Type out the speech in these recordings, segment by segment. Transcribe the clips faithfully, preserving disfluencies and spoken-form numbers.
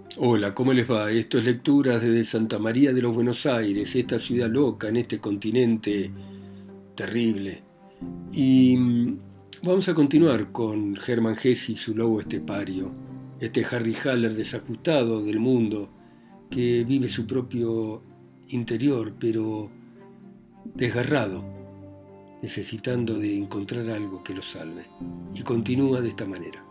Hola, ¿cómo les va? Esto es Lecturas desde Santa María de los Buenos Aires, esta ciudad loca en este continente terrible. Y mm, vamos a continuar con Hermann Hesse y su lobo estepario, este Harry Haller desajustado del mundo que vive su propio interior, pero desgarrado, necesitando de encontrar algo que lo salve. Y continúa de esta manera.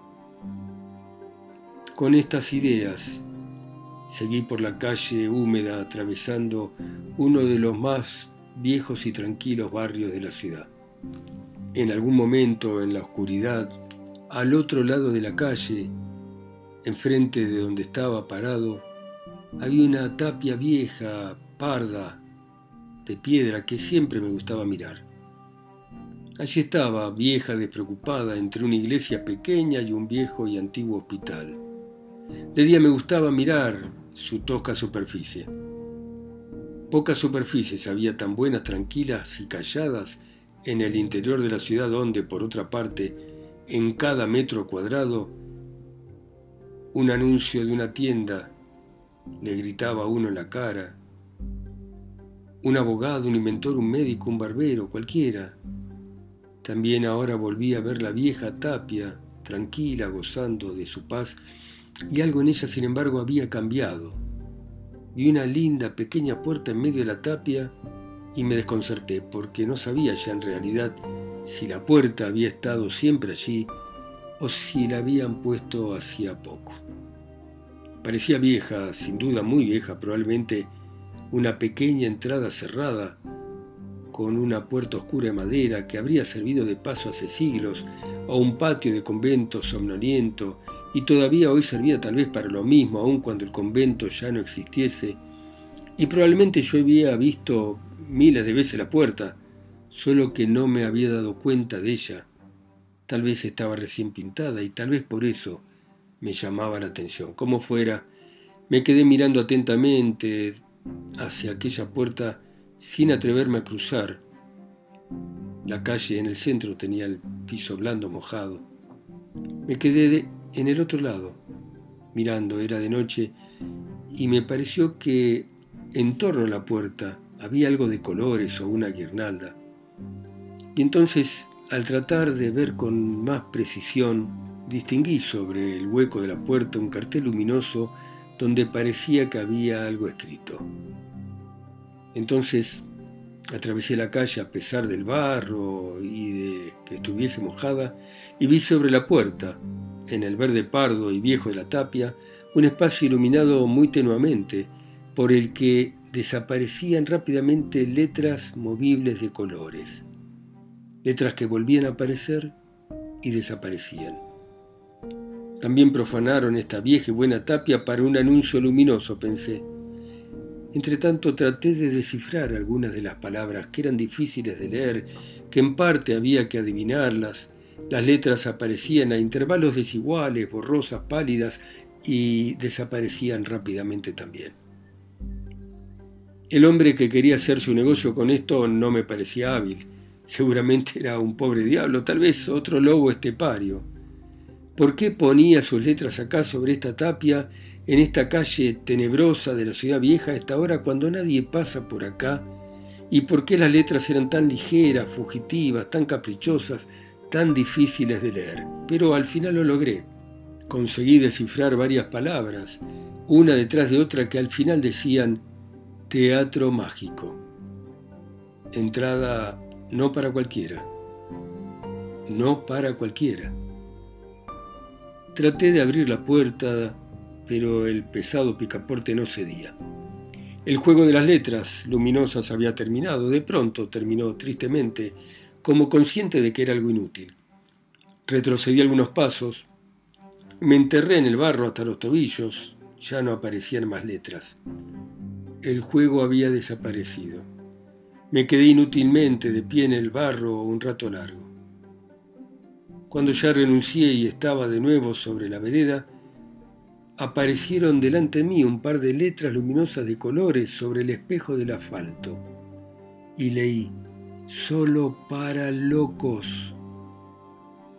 Con estas ideas seguí por la calle húmeda atravesando uno de los más viejos y tranquilos barrios de la ciudad. En algún momento, en la oscuridad, al otro lado de la calle, enfrente de donde estaba parado, había una tapia vieja, parda, de piedra que siempre me gustaba mirar. Allí estaba, vieja, despreocupada, entre una iglesia pequeña y un viejo y antiguo hospital. De día me gustaba mirar su tosca superficie. Pocas superficies había tan buenas, tranquilas y calladas en el interior de la ciudad donde, por otra parte, en cada metro cuadrado, un anuncio de una tienda le gritaba a uno en la cara. Un abogado, un inventor, un médico, un barbero, cualquiera. También ahora volví a ver la vieja tapia, tranquila, gozando de su paz, y algo en ella, sin embargo, había cambiado. Vi una linda pequeña puerta en medio de la tapia y me desconcerté porque no sabía ya en realidad si la puerta había estado siempre allí o si la habían puesto hacía poco. Parecía vieja, sin duda muy vieja, probablemente una pequeña entrada cerrada con una puerta oscura de madera que habría servido de paso hace siglos, o un patio de convento somnoliento, y todavía hoy servía tal vez para lo mismo, aun cuando el convento ya no existiese. Y probablemente yo había visto miles de veces la puerta, solo que no me había dado cuenta de ella. Tal vez estaba recién pintada y tal vez por eso me llamaba la atención. Como fuera, me quedé mirando atentamente hacia aquella puerta sin atreverme a cruzar. La calle en el centro tenía el piso blando mojado. Me quedé de, en el otro lado, mirando. Era de noche y me pareció que en torno a la puerta había algo de colores o una guirnalda. Y entonces, al tratar de ver con más precisión, distinguí sobre el hueco de la puerta un cartel luminoso donde parecía que había algo escrito. Entonces atravesé la calle a pesar del barro y de que estuviese mojada y vi sobre la puerta, en el verde pardo y viejo de la tapia, un espacio iluminado muy tenuamente, por el que desaparecían rápidamente letras movibles de colores. Letras que volvían a aparecer y desaparecían. También profanaron esta vieja y buena tapia para un anuncio luminoso, pensé. Entretanto traté de descifrar algunas de las palabras que eran difíciles de leer, que en parte había que adivinarlas. Las letras aparecían a intervalos desiguales, borrosas, pálidas, y desaparecían rápidamente también. El hombre que quería hacer su negocio con esto no me parecía hábil. Seguramente era un pobre diablo, tal vez otro lobo estepario. ¿Por qué ponía sus letras acá sobre esta tapia, en esta calle tenebrosa de la ciudad vieja a esta hora cuando nadie pasa por acá? ¿Y por qué las letras eran tan ligeras, fugitivas, tan caprichosas, tan difíciles de leer? Pero al final lo logré. Conseguí descifrar varias palabras, una detrás de otra, que al final decían teatro mágico. Entrada no para cualquiera. No para cualquiera. Traté de abrir la puerta, pero el pesado picaporte no cedía. El juego de las letras luminosas había terminado. De pronto terminó tristemente, como consciente de que era algo inútil. Retrocedí algunos pasos. Me enterré en el barro hasta los tobillos. Ya no aparecían más letras. El juego había desaparecido. Me quedé inútilmente de pie en el barro un rato largo. Cuando ya renuncié y estaba de nuevo sobre la vereda, aparecieron delante de mí un par de letras luminosas de colores sobre el espejo del asfalto. Y leí, solo para locos.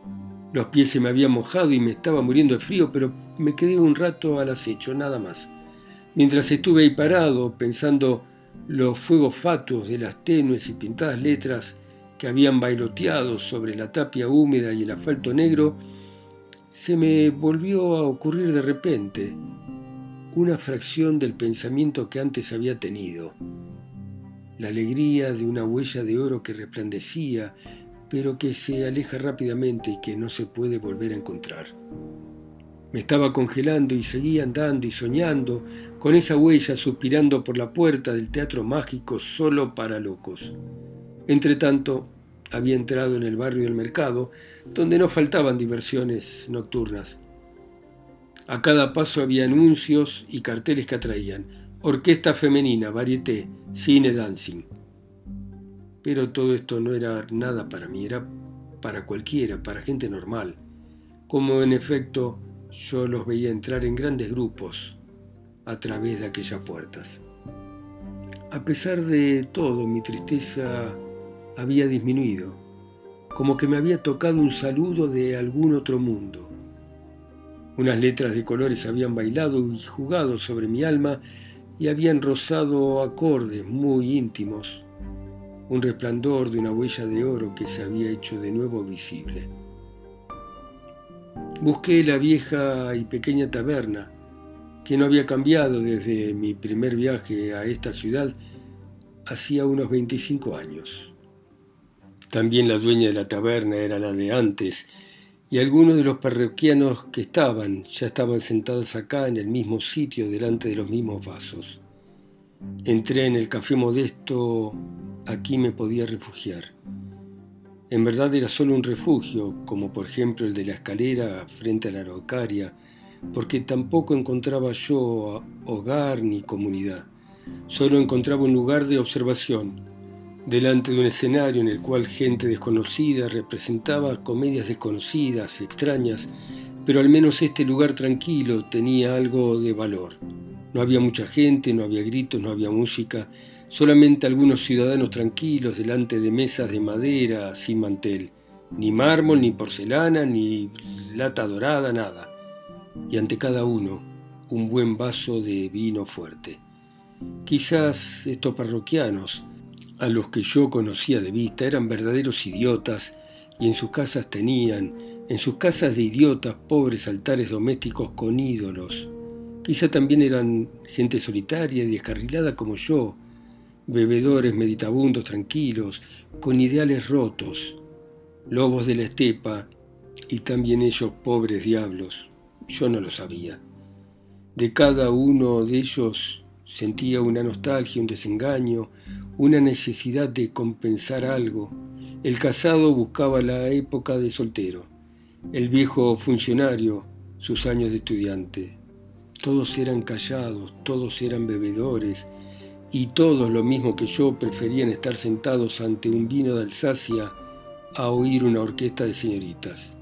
Los pies se me habían mojado y me estaba muriendo de frío, pero me quedé un rato al acecho, nada más. Mientras estuve ahí parado, pensando los fuegos fatuos de las tenues y pintadas letras que habían bailoteado sobre la tapia húmeda y el asfalto negro, se me volvió a ocurrir de repente una fracción del pensamiento que antes había tenido. La alegría de una huella de oro que resplandecía, pero que se aleja rápidamente y que no se puede volver a encontrar. Me estaba congelando y seguía andando y soñando con esa huella, suspirando por la puerta del teatro mágico solo para locos. Entretanto, había entrado en el barrio del Mercado, donde no faltaban diversiones nocturnas. A cada paso había anuncios y carteles que atraían: orquesta femenina, varieté, cine, dancing. Pero todo esto no era nada para mí, era para cualquiera, para gente normal, como en efecto yo los veía entrar en grandes grupos a través de aquellas puertas. A pesar de todo, mi tristeza había disminuido, como que me había tocado un saludo de algún otro mundo. Unas letras de colores habían bailado y jugado sobre mi alma y habían rozado acordes muy íntimos, un resplandor de una huella de oro que se había hecho de nuevo visible. Busqué la vieja y pequeña taberna, que no había cambiado desde mi primer viaje a esta ciudad hacía unos veinticinco años. También la dueña de la taberna era la de antes, y algunos de los parroquianos que estaban ya estaban sentados acá en el mismo sitio delante de los mismos vasos. Entré en el café modesto, aquí me podía refugiar. En verdad era solo un refugio, como por ejemplo el de la escalera frente a la araucaria, porque tampoco encontraba yo hogar ni comunidad. Solo encontraba un lugar de observación, delante de un escenario en el cual gente desconocida representaba comedias desconocidas, extrañas, pero al menos este lugar tranquilo tenía algo de valor. No había mucha gente, no había gritos, no había música, solamente algunos ciudadanos tranquilos delante de mesas de madera sin mantel, ni mármol, ni porcelana, ni lata dorada, nada. Y ante cada uno, un buen vaso de vino fuerte. Quizás estos parroquianos, a los que yo conocía de vista, eran verdaderos idiotas y en sus casas tenían, en sus casas de idiotas, pobres altares domésticos con ídolos. Quizá también eran gente solitaria y descarrilada como yo, bebedores meditabundos tranquilos, con ideales rotos, lobos de la estepa y también ellos pobres diablos. Yo no lo sabía. De cada uno de ellos sentía una nostalgia, un desengaño, una necesidad de compensar algo. El casado buscaba la época de soltero, el viejo funcionario sus años de estudiante. Todos eran callados, todos eran bebedores, y todos, lo mismo que yo, preferían estar sentados ante un vino de Alsacia a oír una orquesta de señoritas.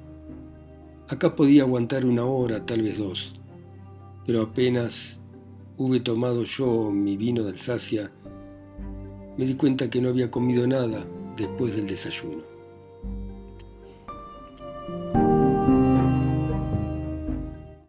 Acá podía aguantar una hora, tal vez dos, pero apenas hube tomado yo mi vino de Alsacia, me di cuenta que no había comido nada después del desayuno.